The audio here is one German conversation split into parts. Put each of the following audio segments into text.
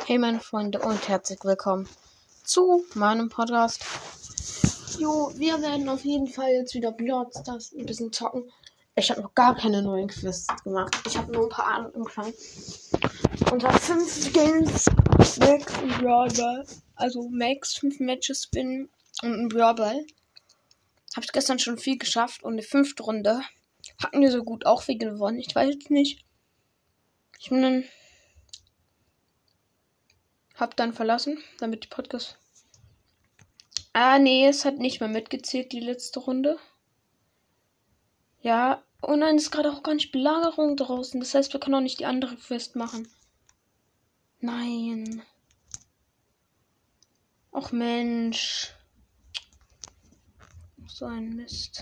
Hey meine Freunde und herzlich willkommen zu meinem Podcast. Wir werden auf jeden Fall jetzt wieder Brawl Stars ein bisschen zocken. Ich habe noch gar keine neuen Quests gemacht. Ich habe nur ein paar angefangen. Und habe 5 Games, Max und Brawl Ball. Also Max, 5 Matches Spin und ein Brawl Ball. Habe ich gestern schon viel geschafft und die 5. Runde hatten wir so gut auch viel gewonnen. Ich weiß jetzt nicht. Ich bin dann hab dann verlassen, damit die Podcast. Nee, es hat nicht mehr mitgezählt, die letzte Runde. Ja, oh nein, es ist gerade auch gar nicht Belagerung draußen. Das heißt, wir können auch nicht die andere Quest machen. Nein. Och Mensch. So ein Mist.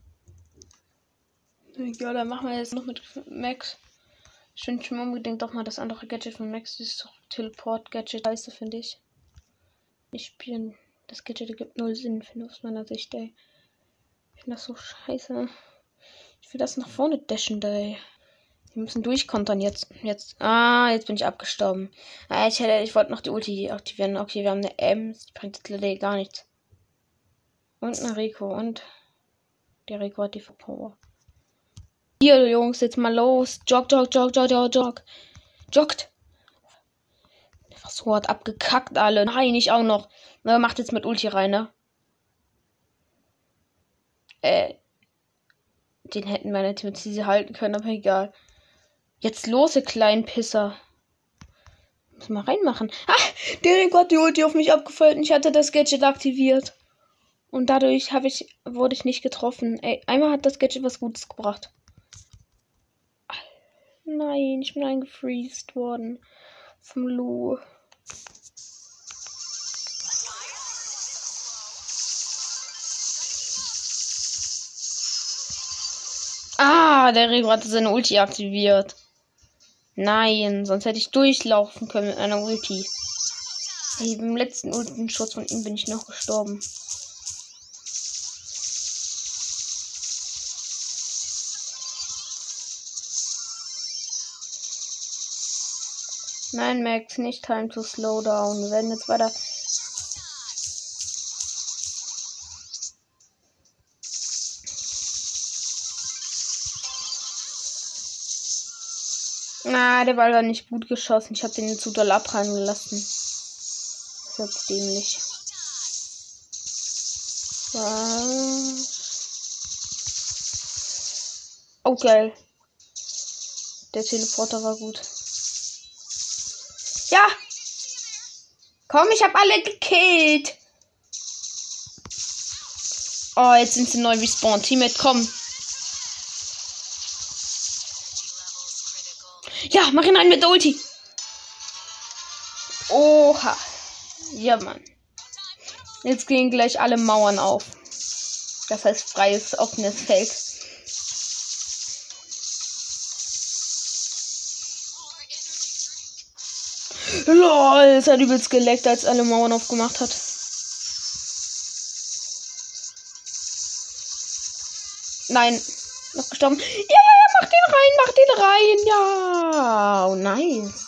Ja, dann machen wir jetzt noch mit Max. Ich wünsche mir unbedingt doch mal das andere Gadget von Max. Dieses Teleport-Gadget. Scheiße, finde ich. Nicht spielen. Das Gadget gibt 0 Sinn, finde ich aus meiner Sicht, ey. Ich finde das so scheiße. Ich will das nach vorne dashen, ey. Wir müssen durchkontern jetzt. Jetzt bin ich abgestorben. Ich wollte noch die Ulti aktivieren. Okay, wir haben eine Ems. Die bringt jetzt leider gar nichts. Und eine Rico. Und die Rico hat die Power. Hier, Jungs, jetzt mal los. Joggt. Joggt. So hat abgekackt alle. Nein, ich auch noch. Na, macht jetzt mit Ulti rein, ne? Den hätten meine Teams halten können, aber egal. Jetzt los, ihr kleinen Pisser. Muss mal reinmachen. Der Rico hat die Ulti auf mich abgefeuert und ich hatte das Gadget aktiviert. Und dadurch wurde ich nicht getroffen. Einmal hat das Gadget was Gutes gebracht. Nein, ich bin eingefriest worden. Vom Lu. Der Rico hatte seine Ulti aktiviert. Nein, sonst hätte ich durchlaufen können mit einer Ulti. Im letzten Ultenschuss von ihm bin ich noch gestorben. Nein, Max, nicht time to slow down. Wir werden jetzt weiter. Der Ball war nicht gut geschossen. Ich habe den zu doll abprallen gelassen. Das ist jetzt dämlich. Oh, geil. Der Teleporter war gut. Ja! Komm, ich habe alle gekillt. Oh, jetzt sind sie neu respawned. Teammate, komm. Ja, mach ihn rein mit der Ulti. Oha. Ja, Mann. Jetzt gehen gleich alle Mauern auf. Das heißt freies, offenes Feld. Lol, es hat übelst geleckt, als alle Mauern aufgemacht hat. Nein, noch gestorben. Ja, mach den rein, ja. Oh, nice.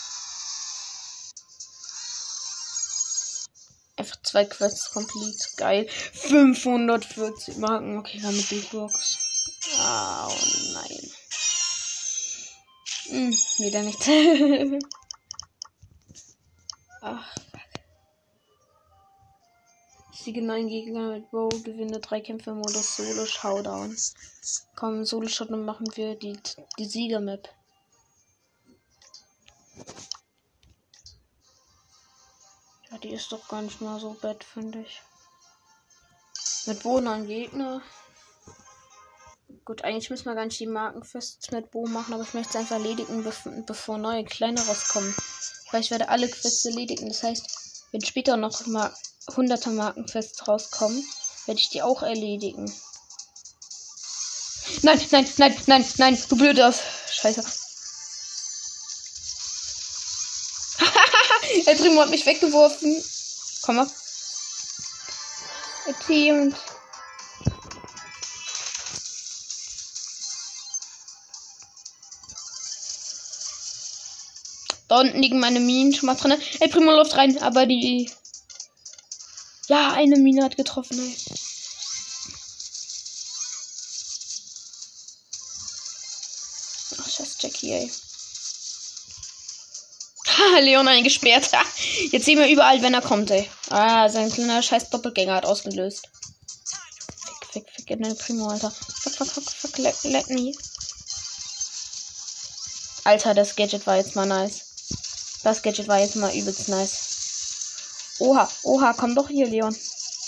Einfach 2 Quests complete, geil. 540 Marken, okay, wir haben eine Big Box. Oh nein. Wieder nichts. Ach, fuck. Siege 9 Gegner mit Bow, gewinne 3 Kämpfe im Modus Solo Showdown. Komm, Solo Showdown machen wir die Sieger-Map. Ja, die ist doch gar nicht mal so bad, finde ich. Mit Bo an Gegner. Gut, eigentlich müssen wir gar nicht die Markenquests mit Bo machen, aber ich möchte es einfach erledigen, bevor neue kleine rauskommen. Weil ich werde alle Quests erledigen. Das heißt, wenn später noch mal 100er Markenquests rauskommen, werde ich die auch erledigen. Nein, du blödes. Scheiße. Der Primo hat mich weggeworfen. Komm mal. Und Da unten liegen meine Minen schon mal drin. Ey, Primo läuft rein, aber die... Ja, eine Mine hat getroffen, ey. Ach, scheiß Jackie, ey. Ha, Leon eingesperrt. Jetzt sehen wir überall, wenn er kommt, ey. Ah, sein kleiner scheiß Doppelgänger hat ausgelöst. Fick, in den Primo, Alter. Fuck, let me. Alter, das Gadget war jetzt mal nice. Das Gadget war jetzt mal übelst nice. Oha, komm doch hier, Leon.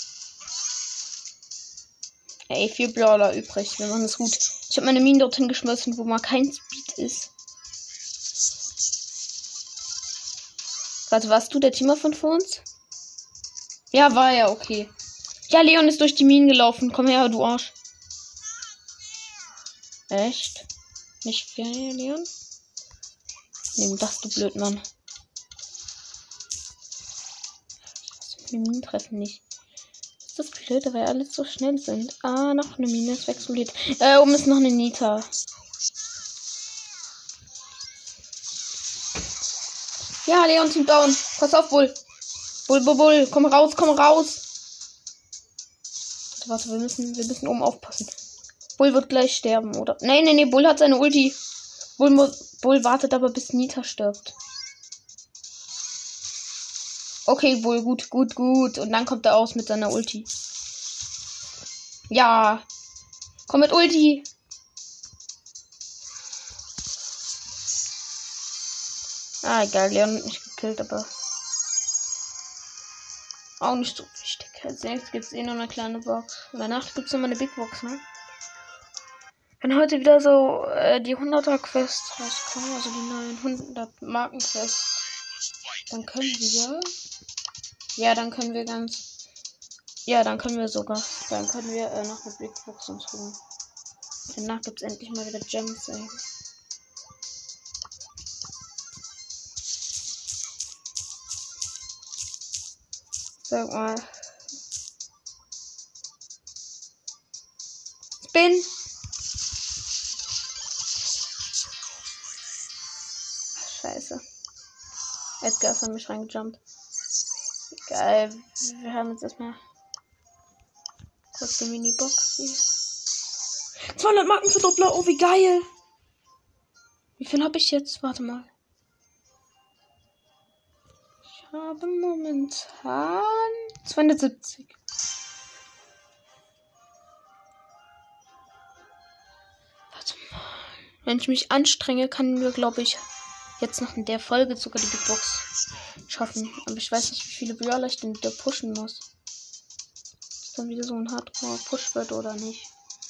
Ey, 4 Brawler übrig. Wir machen das gut. Ich habe meine Minen dorthin geschmissen, wo mal kein Speed ist. Warte, warst du der Teamer von vor uns? Ja, war ja, okay. Ja, Leon ist durch die Minen gelaufen. Komm her, du Arsch. Echt? Nicht fair, Leon? Nimm das, du Blödmann. Die Minen treffen nicht. Das ist blöd, weil alles so schnell sind. Ah, noch eine Mine ist wegsuliert. Oben ist noch eine Nita. Ja, Leon Team down. Pass auf, Bull. Bull. Komm raus. Warte, wir müssen oben aufpassen. Bull wird gleich sterben, oder? Nee, Bull hat seine Ulti. Bull wartet aber, bis Nita stirbt. Okay, Bull, gut. Und dann kommt er aus mit seiner Ulti. Ja. Komm mit Ulti. Ah, egal, Leon hat mich gekillt, aber auch nicht so wichtig. Als nächstes gibt es noch eine kleine Box. Und danach gibt es nochmal eine Big Box, ne? Wenn heute wieder so die 100er-Quest rauskommen, also die neuen 100-Marken-Quest, dann können wir... Ja, dann können wir noch eine Big Box uns holen. Danach gibt es endlich mal wieder Gems, ey. Sag mal. Spin! Scheiße. Edgar ist an mich reingejumpt. Geil. Wir haben jetzt erstmal kurz die Mini-Box hier. 200 Marken für Doppler. Oh, wie geil. Wie viel habe ich jetzt? Warte mal. Ich habe momentan 270. Warte mal. Wenn ich mich anstrenge, kann wir, glaube ich, jetzt noch in der Folge sogar die Big Box schaffen. Aber ich weiß nicht, wie viele Brawler ich denn wieder pushen muss. Ob dann wieder so ein Hardcore-Push wird oder nicht.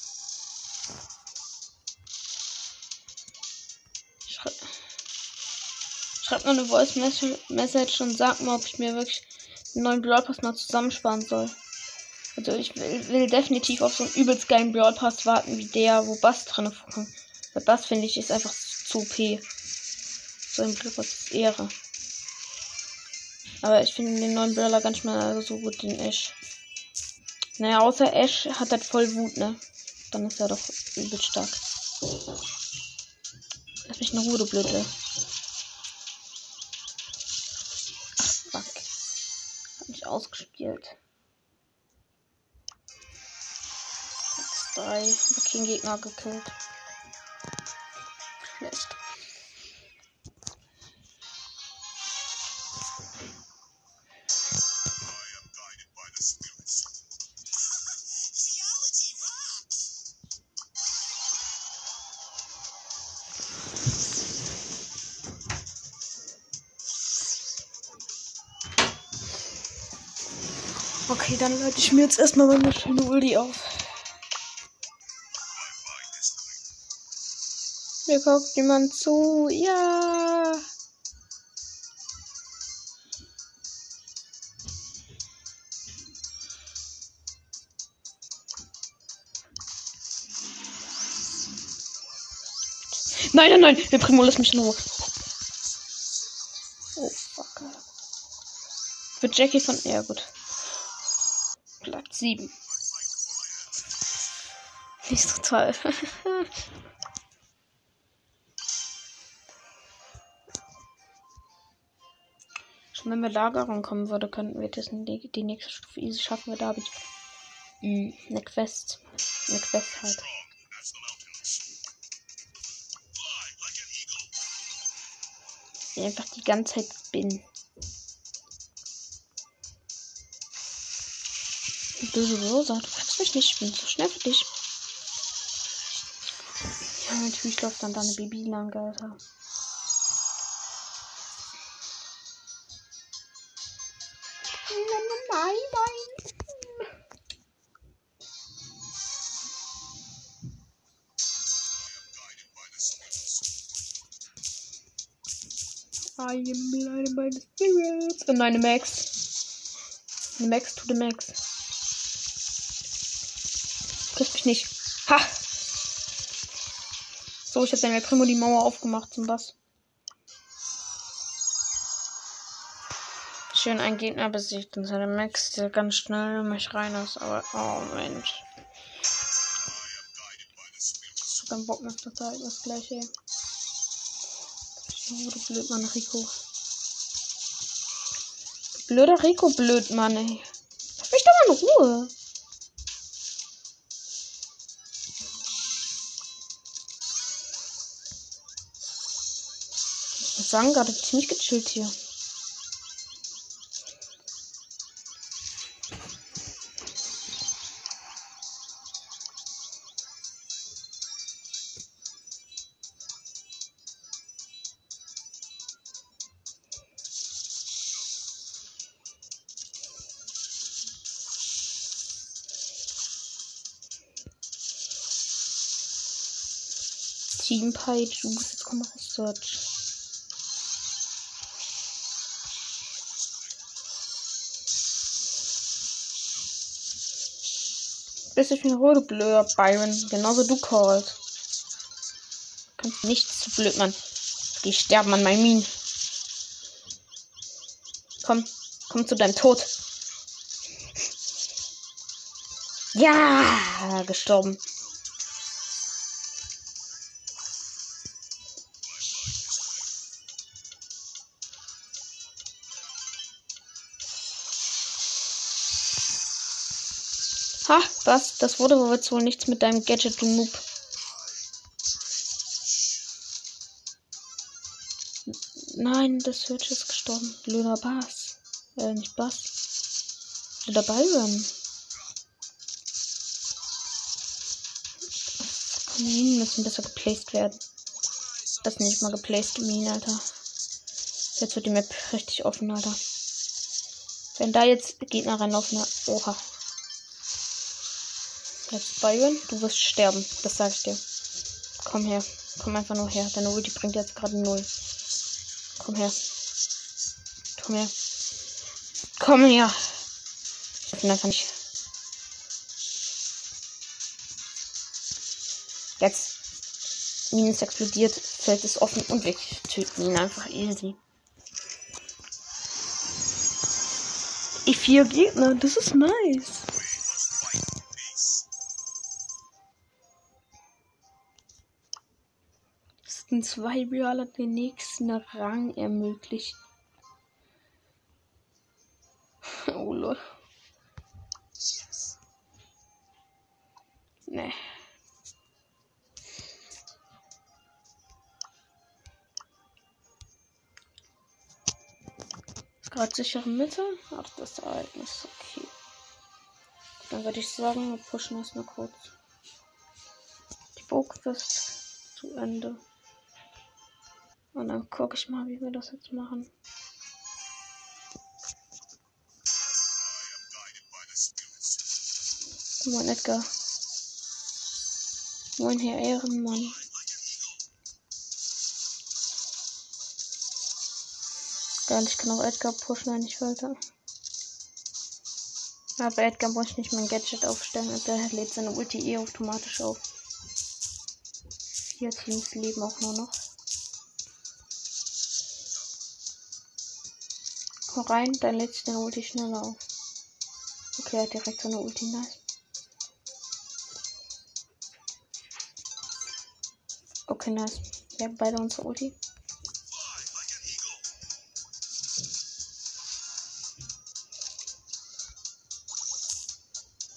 Schreibt mal eine Voice Message und sagt mal, ob ich mir wirklich einen neuen Brawl Pass mal zusammensparen soll. Also ich will definitiv auf so einen übelst geilen Brawl Pass warten, wie der, wo Bass drin vorkommt. Weil Bass, finde ich, ist einfach zu OP. So ein Brawl Pass ist Ehre. Aber ich finde den neuen Brawler ganz mal so gut, den Ash. Naja, außer Ash hat halt voll Wut, ne? Dann ist er doch übelst stark. Lass mich in Ruhe, du Blöde. Ach, fuck. Hab mich ausgespielt. 3. Hab keinen Gegner gekillt. Schlecht. Okay, dann leite ich mir jetzt erstmal meine schöne Ulti auf. Mir guckt jemand zu. Ja. Nein. Der Primo lässt mich in Ruhe. Oh, fuck. Wird Jackie von... Ja, gut. Platz 7. Nicht so toll. Schon wenn wir Lagerung kommen würde, könnten wir das die nächste Stufe easy schaffen. Da habe ich eine Quest. Eine Quest halt. Ich einfach die ganze Zeit bin. Böse Rosa, du kannst mich nicht, ich bin so schnell für dich. Ja, natürlich läuft dann deine Baby lang, Alter. Nein, nein. I am blinded by the spirits. Und eine Max. Eine Max to the Max. Trifft mich nicht. Ha! So, ich habe dann El Primo die Mauer aufgemacht zum Bass. Schön ein Gegner besiegt und seine Max, der ganz schnell in mich rein ist. Aber, oh Mensch. Ich hab keinen Bock mehr auf das gleiche. Oh, du Blödmann, Rico. Blöder Rico, Blödmann, ey. Lass mich doch mal in Ruhe. Ich muss sagen, gerade ziemlich gechillt hier. Team Page, du musst jetzt kommen auf Search. Bist ich mir rote blöder Byron, genauso du callst. Kannst nichts zu blöd, Mann. Geh sterben an meinem Minen. Komm zu deinem Tod. Ja, gestorben. Ha, was? Das wurde aber jetzt wohl nichts mit deinem Gadget, du Noob. Nein, das Search ist gestorben. Blöder Bass. Nicht Bass. Blöder Byron. Die Minen müssen besser geplaced werden. Das ist nicht mal geplaced Minen, Alter. Jetzt wird die Map richtig offen, Alter. Wenn da jetzt Gegner reinlaufen, oha. Jetzt Byron, du wirst sterben. Das sag ich dir. Komm her. Komm einfach nur her. Deine Ulti bringt jetzt gerade 0. Komm her. Komm her. Komm her. Ich bin einfach nicht. Jetzt. Minen ist explodiert. Feld ist offen und wir töten ihn einfach easy. 4 Gegner. Das ist nice. Das sind 2 Brawler den nächsten Rang ermöglicht. Oh lol. Nee. Ist gerade sichere Mitte. Ach, das Ereignis. Okay. Dann würde ich sagen, wir pushen erstmal kurz. Die Burgfest zu Ende. Und dann gucke ich mal, wie wir das jetzt machen. Moin Edgar. Moin Herr Ehrenmann. Geil, ich kann auch Edgar pushen, wenn ich wollte. Aber Edgar muss ich nicht mein Gadget aufstellen und der lädt seine Ulti automatisch auf. 4 Teams leben auch nur noch. Komm rein, dann lädt sich deine Ulti schneller auf. Okay, er hat direkt seine Ulti, nice. Okay, nice. Wir haben beide unsere Ulti.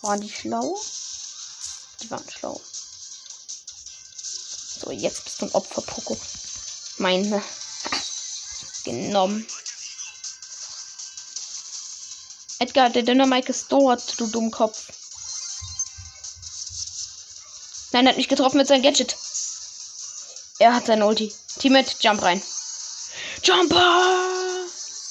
Waren die schlau? Die waren schlau. So, jetzt bist du ein Opfer, Poco. Meine. Genommen. Edgar, der Dynamite ist dort, du Dummkopf. Nein, er hat mich getroffen mit seinem Gadget. Er hat seine Ulti. Teammate, jump rein. Jumper!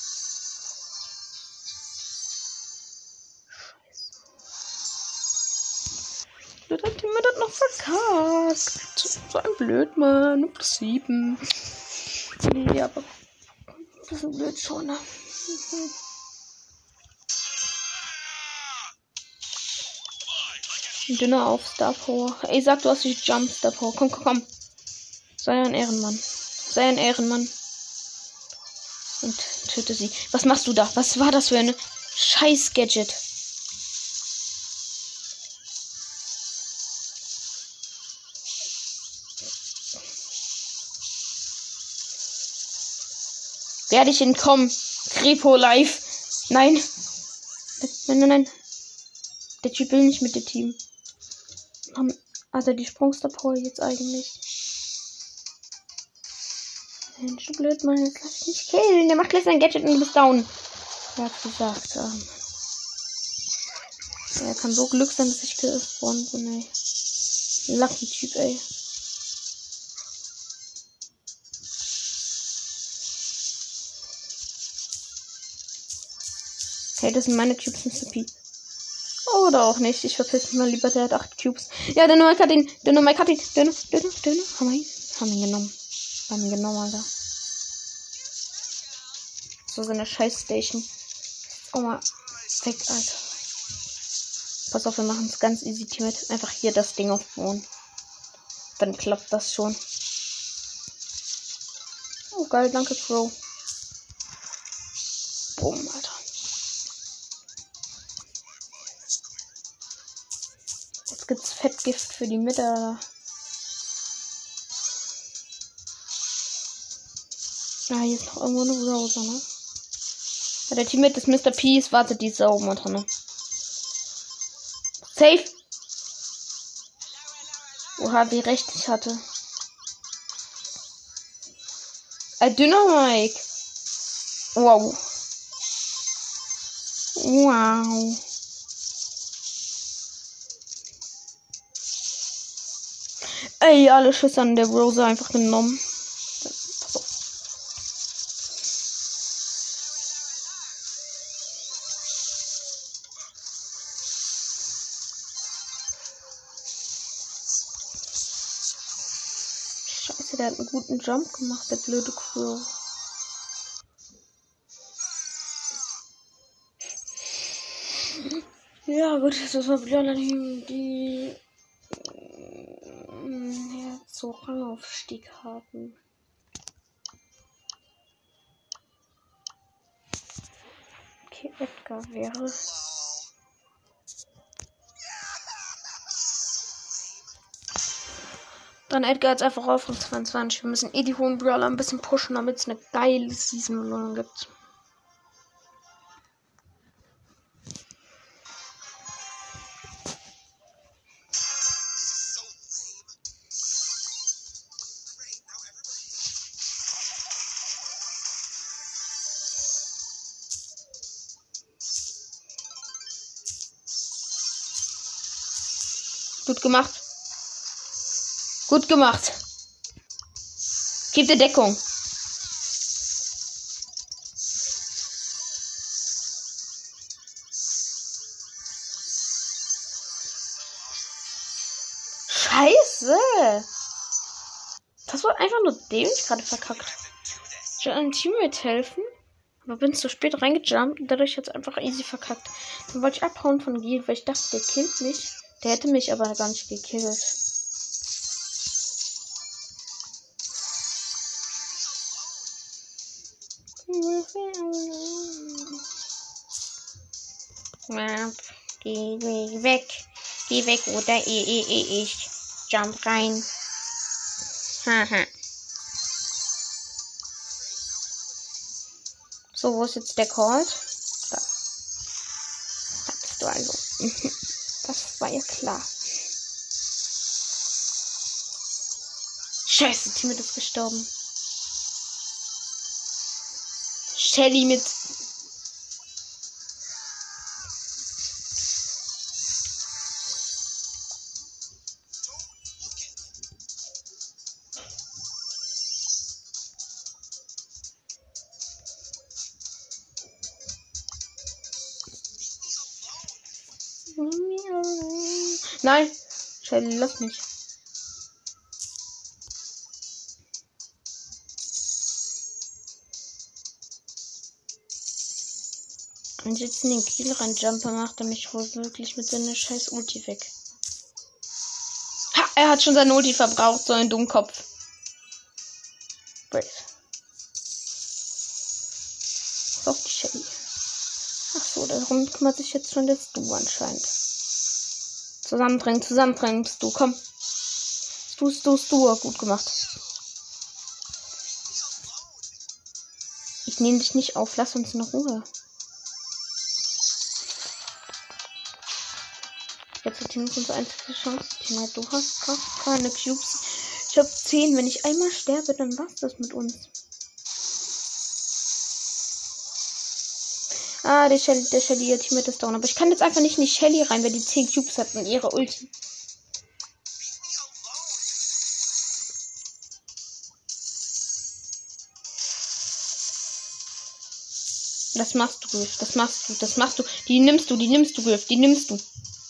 Scheiße. Der Teammate hat noch verkackt. So ein Blödmann. Nur plus 7. Nee, aber das ist ein blöd schon, ne? Dünner auf Star Power. Ey, sag, du hast die Jump Star Power. Komm, komm, komm. Sei ein Ehrenmann. Sei ein Ehrenmann. Und töte sie. Was machst du da? Was war das für eine scheiß Gadget? Werde ich entkommen? Creepo live. Nein. Nein, nein, nein. Der Typ will nicht mit dem Team. Also die Sprungstar Power jetzt eigentlich. Mensch, du blöd, Mann. Jetzt lass mich killen. Der macht gleich sein Gadget und du bist down. Er hat gesagt. Er kann so Glück sein, dass ich gespawnt bin, ey. Lucky Typ, ey. Hey, das sind meine Cubes, Mr. P. Oder auch nicht. Ich verpiss mich mal lieber, der hat 8 Cubes. Ja, der Mike hat ihn. Dünner. Haben ihn genommen. Haben ihn genommen, Alter. So eine Scheiß-Station. Oh mal. Weg, Alter. Pass auf, wir machen es ganz easy, Teammate. Einfach hier das Ding aufbauen. Dann klappt das schon. Oh, geil, danke, Crow. Boom, Alter. Jetzt gibt's Fettgift für die Mitte. Ah, hier ist noch irgendwo eine Rose, ne? Ja, der Teammate des Mr. Peace wartet die ist da oben drin. Safe! Oha, wie recht ich hatte. Dynamite! Wow. Wow. Ey, alle Schüsse an der Rose einfach genommen. Pass auf. Scheiße, der hat einen guten Jump gemacht, der blöde Crow. Ja, gut, das war Björn, die jetzt so Rangaufstieg haben. Okay, Edgar wäre. Dann Edgar jetzt einfach auf 22. Wir müssen die hohen Brawler ein bisschen pushen, damit es eine geile Season gibt. Gut gemacht. Gut gemacht. Gib dir Deckung. Scheiße. Das war einfach nur dämlich gerade verkackt. Ich will einem Teammate helfen, aber bin zu spät reingejumpt und dadurch jetzt einfach easy verkackt. Dann wollte ich abhauen von Gil, weil ich dachte, der killt mich. Der hätte mich aber gar nicht gekillt. Geh weg. Geh weg oder ich jump rein. Haha. So, wo ist jetzt der Colt? Da. Da bist du also. Da Das war ja klar. Scheiße, Team ist gestorben. Shelly mit. Nein, Shelly, lass mich. Und jetzt in den Kiel rein Jumper macht er mich wohl wirklich mit seiner scheiß Ulti weg. Ha, er hat schon seine Ulti verbraucht, so ein Dummkopf. Brave. Auf die Shelly. Ach so, darum kümmert sich jetzt schon das Du anscheinend. Zusammendrängen, bist du, komm. Du, gut gemacht. Ich nehme dich nicht auf, lass uns in Ruhe. Jetzt hat Team unsere einzige Chance. Tina, du hast fast keine Cubes. Ich habe 10. Wenn ich einmal sterbe, dann war's das mit uns. Ah, der Shelly, ihr Team ist down. Aber ich kann jetzt einfach nicht in die Shelly rein, weil die 10 Cubes hat und ihre Ulti. Das machst du, Griff. Das machst du. Die nimmst du, Griff. Die nimmst du.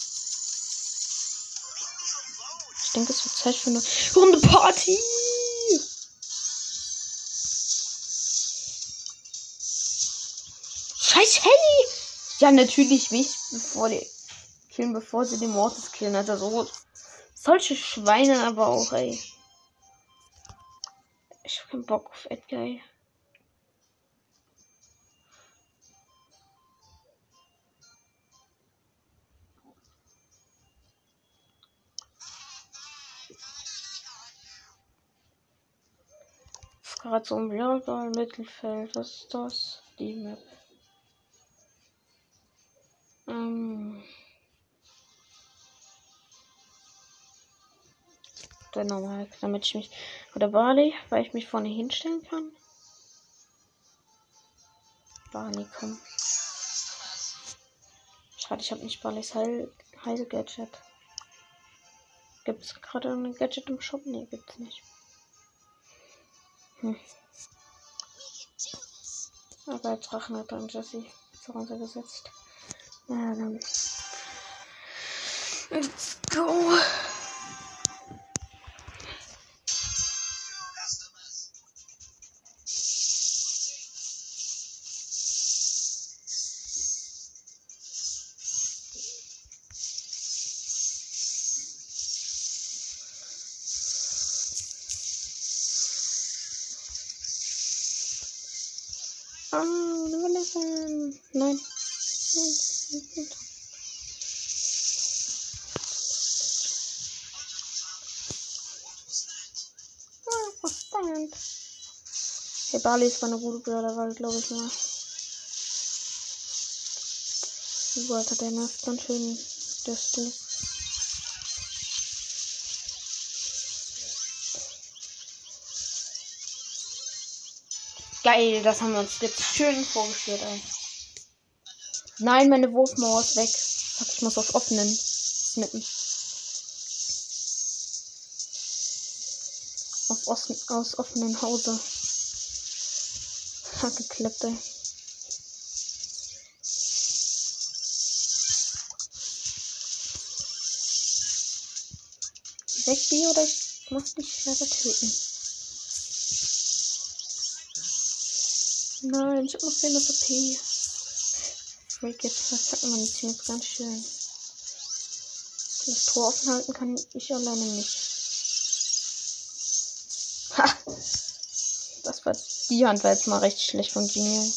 Ich denke, es wird Zeit für eine Runde Party. Scheiß Helly! Ja, natürlich will ich, bevor sie den Mortis killen. Also so. Solche Schweine aber auch, ey. Ich hab keinen Bock auf Edgar, ey. Gerade so im Lager im Mittelfeld. Was ist das? Die Map. Der normal, damit ich mich. Oder Barley, weil ich mich vorne hinstellen kann. Barley, komm. Schade, ich habe nicht Barleys Heil-Gadget. Gibt es gerade ein Gadget im Shop? Nee, gibt's nicht. Aber Drachen hat dann Jessie zu runtergesetzt. Ja, dann. Let's go! Nein. Stand. Hey, Barley ist eine gute Brawler, glaube ich mal. Alter, der nervt ganz schön, dass du. Geil, das haben wir uns jetzt schön vorgestellt, ey. Nein, meine Wurfmauer ist weg. Ich muss auf offenen snippen. Aus offenen Hause. Hat geklappt, ey. Weg, B, oder ich muss dich selber töten. Nein, ich hab noch 400 AP. Freak, jetzt verkacken meine Team jetzt ganz schön. Das Tor offen halten kann ich alleine nicht. Ha! Das war die Hand war jetzt mal recht schlecht von Genie.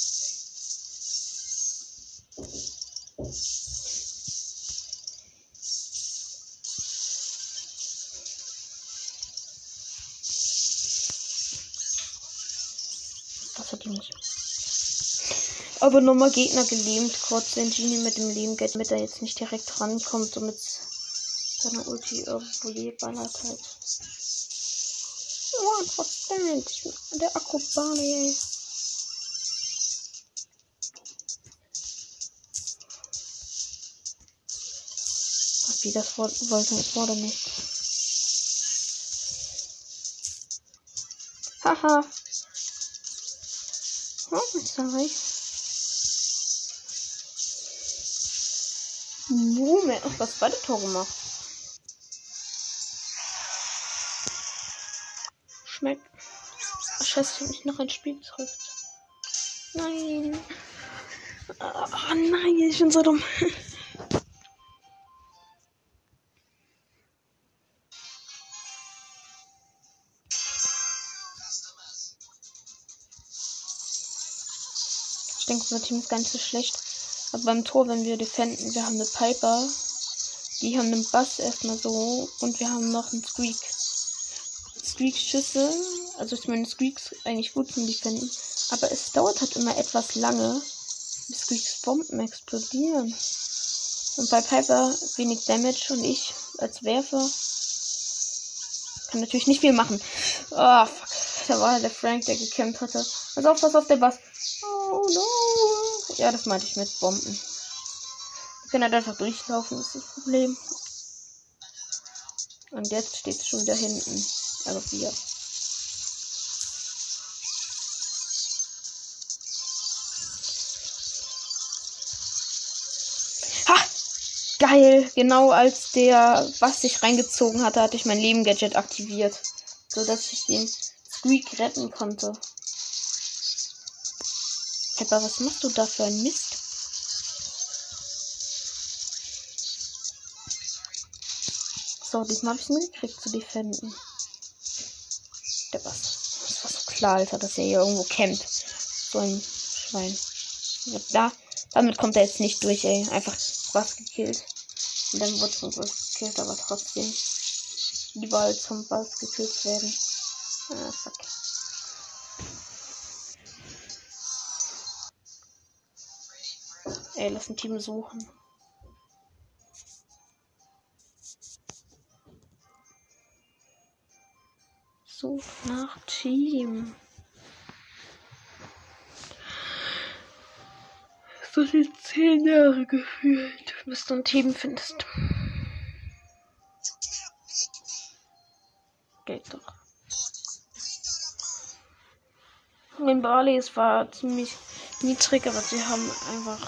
Das hat die nicht. Aber nochmal Gegner gelähmt. Kurz den Genie mit dem Leben-Gadget, damit er jetzt nicht direkt rankommt, somit seine Ulti irgendwo ballert halt. Oh, 1%. Ich bin der Akrobale, ey. Wie das wollte ich wurde nicht. Haha. Oh, sorry. Moment, ach, was beide Tore gemacht. Schmeckt. Ach, scheiße, ich hab mich noch ein Spiel zurück. Nein. Oh nein, ich bin so dumm. Ich denke, unser Team ist gar nicht so schlecht. Aber beim Tor, wenn wir defenden, wir haben eine Piper. Die haben einen Bass erstmal so. Und wir haben noch einen Squeak. Squeak-Schüsse. Also ich meine, Squeaks eigentlich gut zum Defenden. Aber es dauert halt immer etwas lange, bis Squeaks Bomben explodieren. Und bei Piper wenig Damage und ich als Werfer kann natürlich nicht viel machen. Oh, fuck. Da war der Frank, der gekämpft hatte. Also pass auf, der Bass. Oh no. Ja, das meinte ich mit Bomben. Wir können halt einfach durchlaufen, das ist das Problem. Und jetzt steht es schon wieder hinten. Also wir. Ha! Geil! Genau als der Bass sich reingezogen hatte, hatte ich mein Leben-Gadget aktiviert. So dass ich den Squeak retten konnte. Pepper, was machst du da für ein Mist? So, diesmal habe ich es mitgekriegt zu defenden. Der Bass. Das war so klar, Alter, dass er hier irgendwo campt. So ein Schwein. Ja, damit kommt er jetzt nicht durch, ey. Einfach Bass gekillt. Und dann wurde von Bass gekillt, aber trotzdem. Lieber als vom Bass gekillt werden. Ah, fuck. Ey, lass ein Team suchen. Such nach Team. So die 10 Jahre gefühlt, bis du ein Team findest. Geht doch. Den Barley war ziemlich niedrig, aber sie haben einfach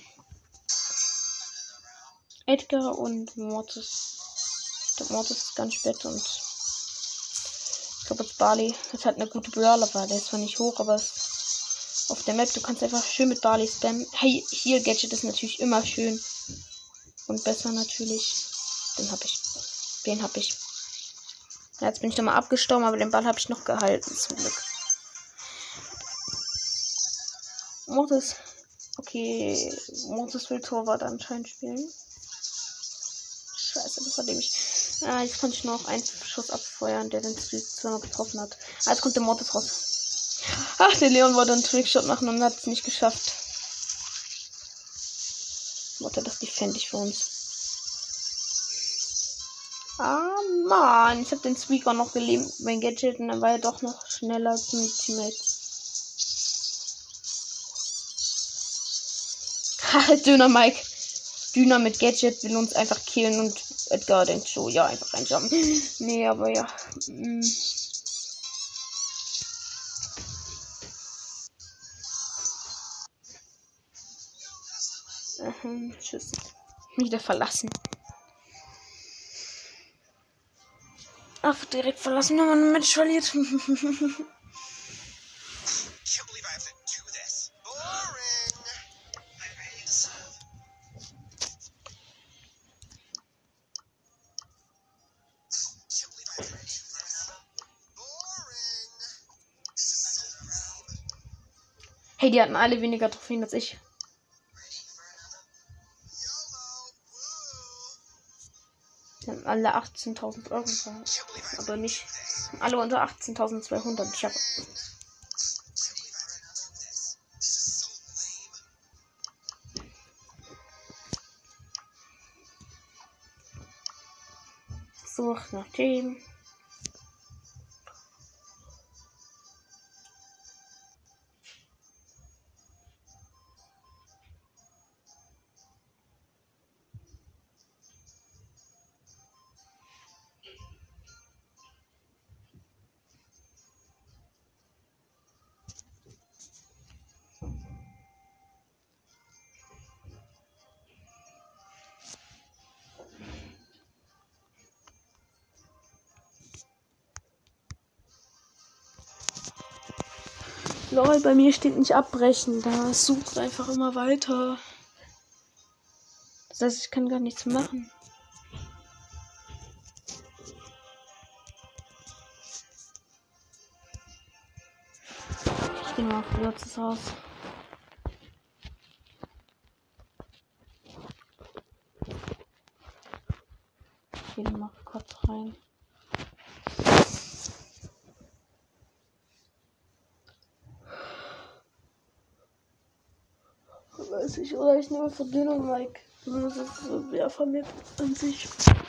Edgar und Mortis. Der Mortis ist ganz spät und ich glaube, das Barley ist halt eine gute Brawler war. Der ist zwar nicht hoch, aber es auf der Map, du kannst einfach schön mit Barley spammen. Hey, hier Gadget ist natürlich immer schön. Und besser natürlich. Den hab ich. Ja, jetzt bin ich nochmal abgestorben, aber den Ball habe ich noch gehalten, zum Glück. Mortis. Okay, Mortis will Torwart anscheinend spielen. Scheiße, das war dämlich. Ah, jetzt konnte ich nur noch einen Schuss abfeuern, der den Trickshot getroffen hat. Ah, jetzt kommt der Mortis raus. Ach, der Leon wollte einen Trickshot machen und hat es nicht geschafft. Warte, das defend ich für uns. Ah, Mann. Ich habe den Squeaker noch gelebt, mein Gadget, und dann war er doch noch schneller als mein Teammate. Haha, Döner Mike. Döner mit Gadget will uns einfach killen und Edgar denkt so, ja, einfach reinjumpen. Nee, aber ja. Tschüss. Wieder verlassen. Ach, direkt verlassen, wenn man ein Match verliert. Hey, die hatten alle weniger Trophäen als ich. Die haben alle 18.000 Euro bezahlt. Aber nicht. Alle unter 18.200. Ich hab. Such nach Team. Lol, bei mir steht nicht abbrechen. Da sucht einfach immer weiter. Das heißt, ich kann gar nichts machen. Ich gehe mal auf Würzes Haus. Ich gehe mal kurz rein. Weiß ich, oder ich nehme von Dynamike. Das ist so Werfer mit an sich.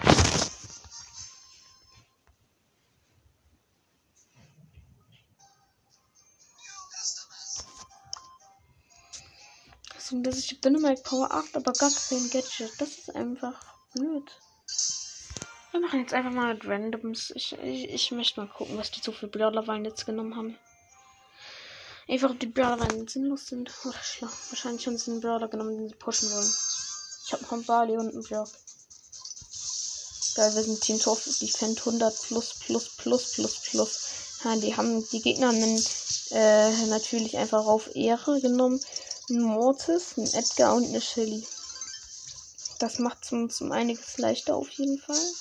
Also, dass ich Dynamike Power 8, aber gar kein Gadget. Das ist einfach blöd. Wir machen jetzt einfach mal mit Randoms. Ich möchte mal gucken, was die so für Brawlerwahlen jetzt genommen haben. Einfach, ob die Brawlerwahlen sinnlos sind. Oder schlau. Wahrscheinlich haben sie einen Brawler genommen, den sie pushen wollen. Ich habe noch einen Barley und einen Brock. Geil, wir sind Team Torf. Defend 100 plus. Ja, die Gegner haben natürlich einfach auf Ehre genommen. Ein Mortis, ein Edgar und eine Shelly. Das macht es uns um einiges leichter auf jeden Fall.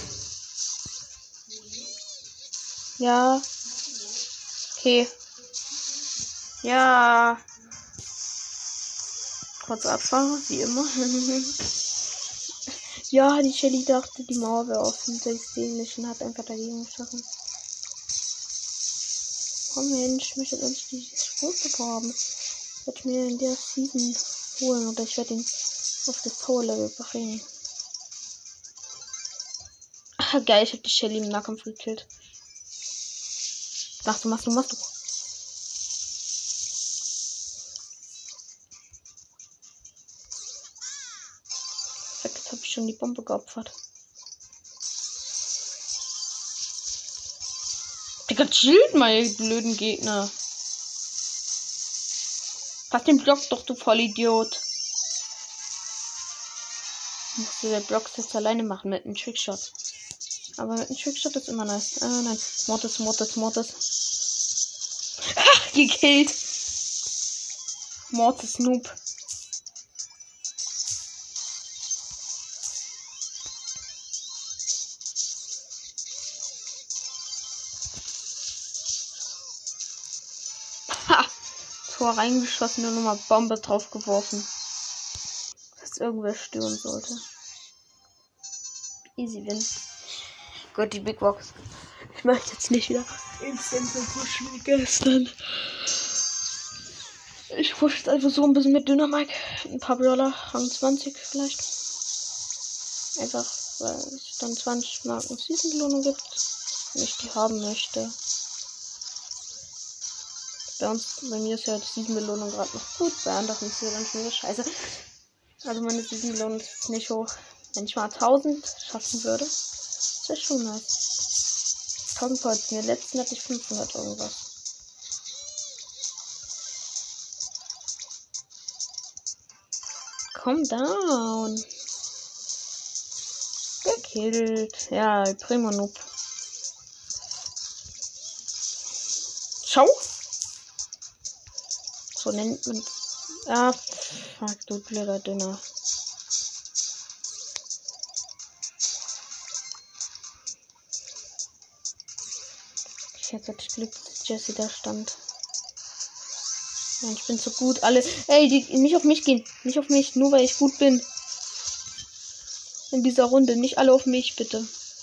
Ja. Okay. Ja. Kurz Abfahrt, wie immer. Ja, die Shelly dachte, die Mauer wäre offen. Ich sehe nicht und hat einfach dagegen geschossen. Oh Mensch, ich möchte jetzt endlich dieses Sprungstoff haben. Ich werde mir in der Season holen oder ich werde ihn auf das Power Level bringen. Ah, geil, ich habe die Shelly im Nahkampf gekillt. Machst du. Jetzt habe ich schon die Bombe geopfert. Digga, chillt mal, ihr blöden Gegner. Pass den Block doch, du Vollidiot. Musst du den Block jetzt alleine machen mit einem Trickshot. Aber mit einem Trickshot ist immer nice. Ah, nein. Mortis. Ach, gekillt. Mortis Noob. Ha! Tor reingeschossen und nochmal Bombe drauf geworfen. Dass irgendwer stören sollte. Easy win. Gut, die Big Box. Ich möchte jetzt nicht wieder instant pushen wie gestern. Ich pushe jetzt einfach so ein bisschen mit Dynamike. Ein paar Brawler, Rang 20 vielleicht. Einfach, weil es dann 20 Marken Season-Belohnung gibt. Wenn ich die haben möchte. Bei mir ist ja die Season-Belohnung gerade noch gut. Bei anderen ist sie dann schon wieder scheiße. Also meine Season-Belohnung ist nicht hoch. Wenn ich mal 1000 schaffen würde, das wäre schon nice. 1000 Points. In der letzten hatte ich 500 irgendwas. Calm down. Gekillt. Ja, Primo Noob. Schau. So nennt man. Ah, fuck, du blöder Dünner. Jetzt hatte ich Glück, dass Jessie da stand. Mann, ich bin so gut. Alle. Ey, die nicht auf mich gehen. Nicht auf mich, nur weil ich gut bin. In dieser Runde. Nicht alle auf mich, bitte.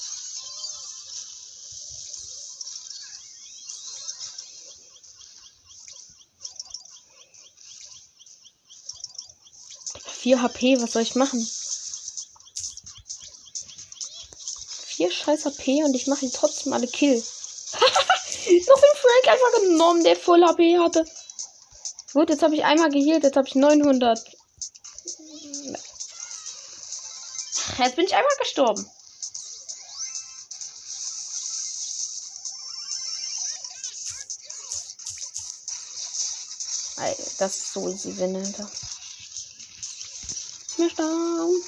Ich hab 4 HP, was soll ich machen? 4 scheiß HP und ich mache ihn trotzdem alle Kill. Noch den Frank einfach genommen, der voll HP hatte. Gut, jetzt habe ich einmal geheilt, jetzt habe ich 900. Jetzt bin ich einmal gestorben. Das ist so easy, wenn Alter. Ist mir down.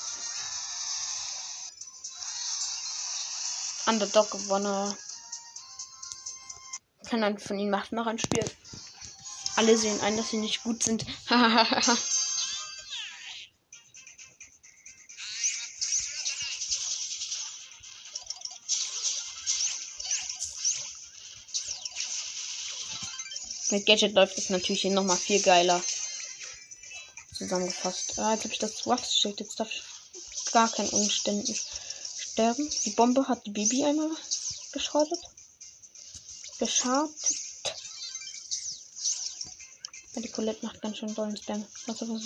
Underdog gewonnen. Keiner von ihnen macht noch ein Spiel. Alle sehen ein, dass sie nicht gut sind. Mit Gadget läuft es natürlich hier nochmal viel geiler. Zusammengefasst. Jetzt habe ich das Waffenschild. Jetzt darf ich gar keinen Umständen sterben. Die Bombe hat die Bibi einmal geschrottet. Geschadet. Ja, die Colette macht ganz schön dollen Spam. Was. Ja,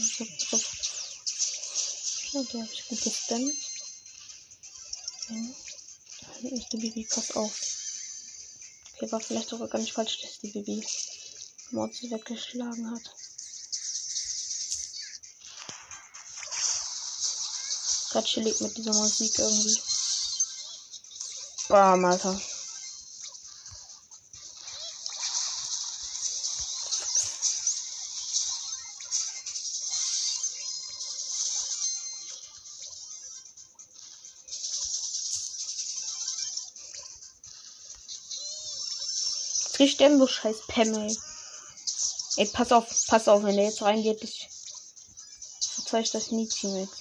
die habe ich gut gespammt. Ja. Da hinten ist die Bibi. Pass auf. Okay, war vielleicht sogar gar nicht falsch, dass die Bibi Mords weggeschlagen hat. Gerade chillig mit dieser Musik irgendwie. Bam, Alter. Jetzt krieg ich den so scheiß Pemme. Ey, pass auf, wenn der jetzt reingeht, ich verzeih ich das nie Teammates.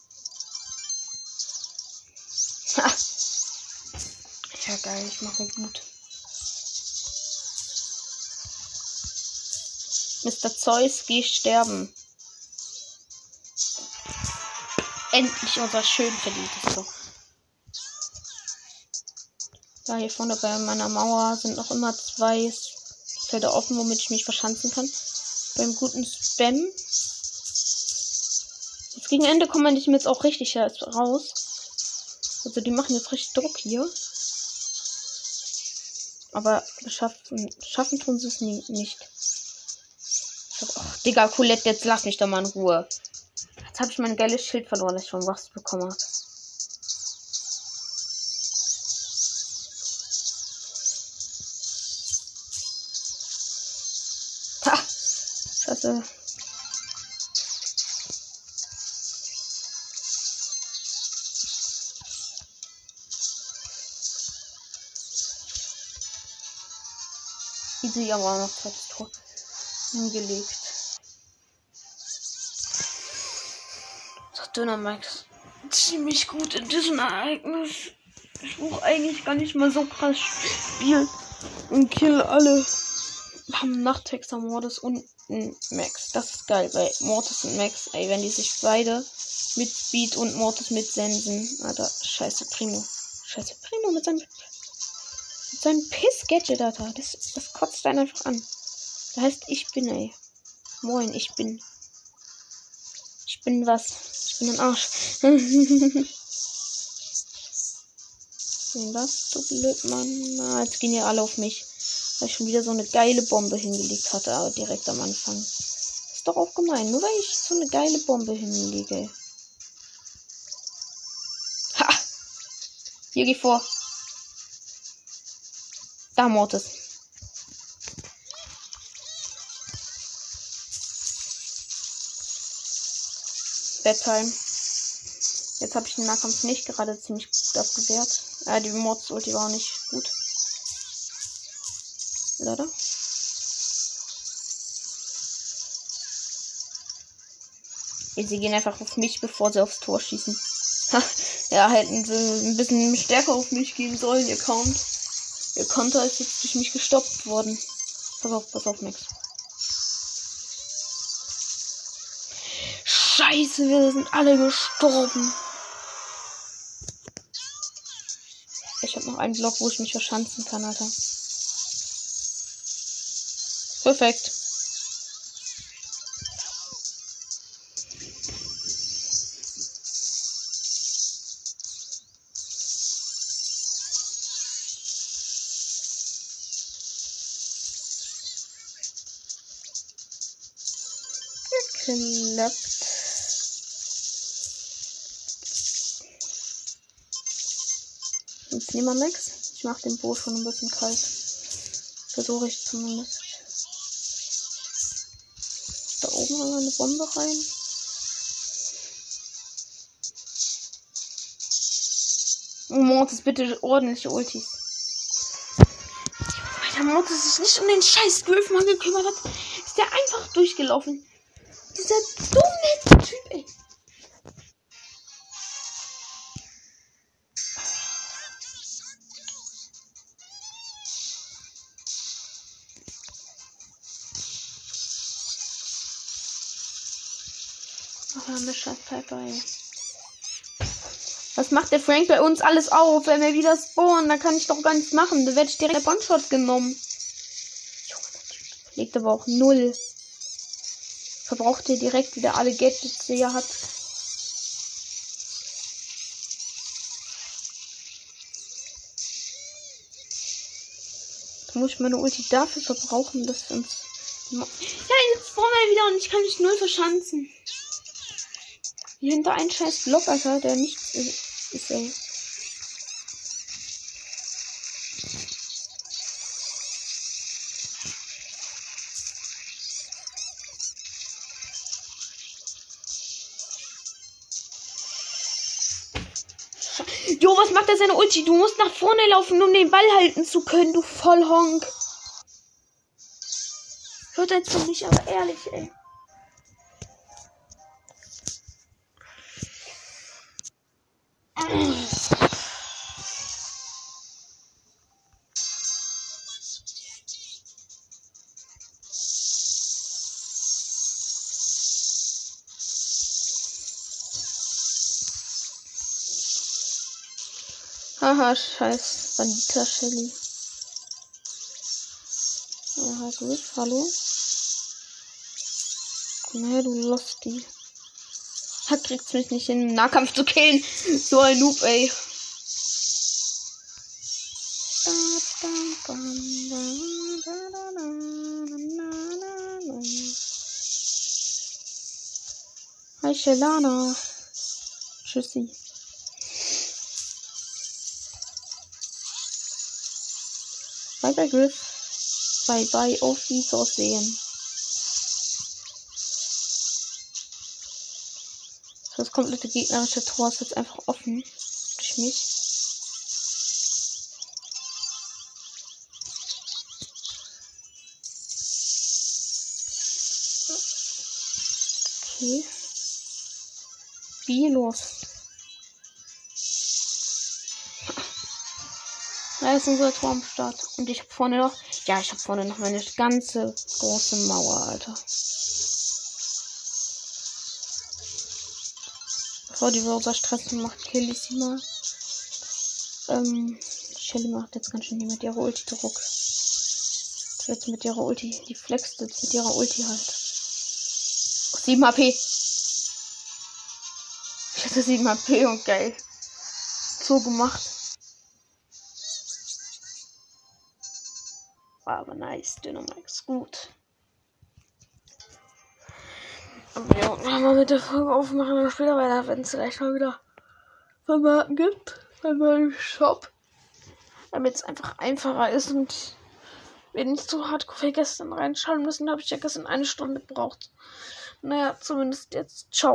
Ha! Ja, geil, ich mache gut. Mr. Zeus, geh sterben. Endlich unser schön verdientes Tor. Ja, hier vorne bei meiner Mauer sind noch immer 2 Felder offen, womit ich mich verschanzen kann. Beim guten Spam. Jetzt gegen Ende kommen wir nicht mehr jetzt auch richtig raus. Also die machen jetzt richtig Druck hier. Aber schaffen tun sie es nicht. Ach, Digga, Colette, jetzt lass mich doch mal in Ruhe. Jetzt habe ich mein geiles Schild verloren, das ich von was bekommen habe. Ha! Scheiße. Easy, aber noch zweites Tor hingelegt. Dünner Max ziemlich gut in diesem Ereignis. Ich brauche eigentlich gar nicht mal so krass spielen und kill alle. Wir haben Nachthexer, Mortis und Max. Das ist geil, weil Mortis und Max, ey, wenn die sich beide mit Speed und Mortis mit Sensen. Alter, scheiße Primo. Scheiße Primo mit seinem Piss-Gadget, Alter. Das kotzt einen einfach an. Das heißt, ich bin, ey. Moin, ich bin. Ich bin was? Ich bin ein Arsch. Was, du blöd, Mann. Na, jetzt gehen ja alle auf mich. Weil ich schon wieder so eine geile Bombe hingelegt hatte, aber direkt am Anfang. Ist doch auch gemein. Nur weil ich so eine geile Bombe hinlege. Ha! Hier, geh vor. Da, Mortis. Bedtime. Jetzt habe ich den Nahkampf nicht gerade ziemlich gut abgewehrt. Die Mords Ulti war auch nicht gut. Leider. Sie gehen einfach auf mich, bevor sie aufs Tor schießen. Ja, hätten sie ein bisschen stärker auf mich gehen sollen. Ihr Konter ist jetzt durch mich gestoppt worden. Pass auf, Max. Scheiße, wir sind alle gestorben. Ich habe noch einen Block, wo ich mich verschanzen kann, Alter. Perfekt. geklappt. Jetzt nehmen wir Max. Ich mache den Bo schon ein bisschen kalt. Versuche ich zumindest. Da oben haben wir eine Bombe rein. Oh, Mortis, bitte ordentliche Ultis. Weil der Mortis sich nicht um den scheiß Griffmann gekümmert hat, ist der einfach durchgelaufen. Dieser dumme Typ, ey. Ach, wir haben eine scheiß Piper, ey. Was macht der Frank bei uns alles auf? Wenn wir wieder spawnen, dann kann ich doch gar nichts machen. Da werde ich direkt der One-Shot genommen. Legt aber auch 0. Verbraucht er direkt wieder alle Gadgets, die er hat. Da muss ich meine Ulti dafür verbrauchen, dass wir uns... Ja, jetzt spawnen wir wieder und ich kann mich 0 verschanzen. Hier hinter ein scheiß Block, Alter, der nichts ist, ey. Jo, was macht er seine Ulti? Du musst nach vorne laufen, um den Ball halten zu können, du Vollhonk. Hört jetzt doch nicht, aber ehrlich, ey. Haha, scheiß Bandita Shelly. Aha, Griff, hallo. Komm her, du Losty. Ha, kriegt's mich nicht hin, im Nahkampf zu killen. So ein Noob, ey. Hi, Shelana. Tschüssi. Bye bye Griff. Bye bye, auf Wiedersehen. Das komplette gegnerische Tor ist jetzt einfach offen. Durch mich. Okay. Wie los? Da ist unser Tor am Start. Und ich habe vorne noch... Ja, ich habe vorne noch meine ganze große Mauer, Alter. Bevor die Rosa Stress macht, kill ich sie mal. Shelly macht jetzt ganz schön hier mit ihrer Ulti Druck. Das wird mit ihrer Ulti. Die flext jetzt mit ihrer Ulti halt. 7 HP. Ich hatte 7 HP und geil. So gemacht. War aber nice. Dynamax. Gut. Und ja, mal mit der Folge aufmachen und später weiter, wenn es gleich mal wieder Vermarkten gibt. Bei meinem Shop. Damit es einfach einfacher ist und wir nicht so hardcore gestern reinschauen müssen, habe ich ja gestern 1 Stunde gebraucht. Naja, zumindest jetzt. Ciao.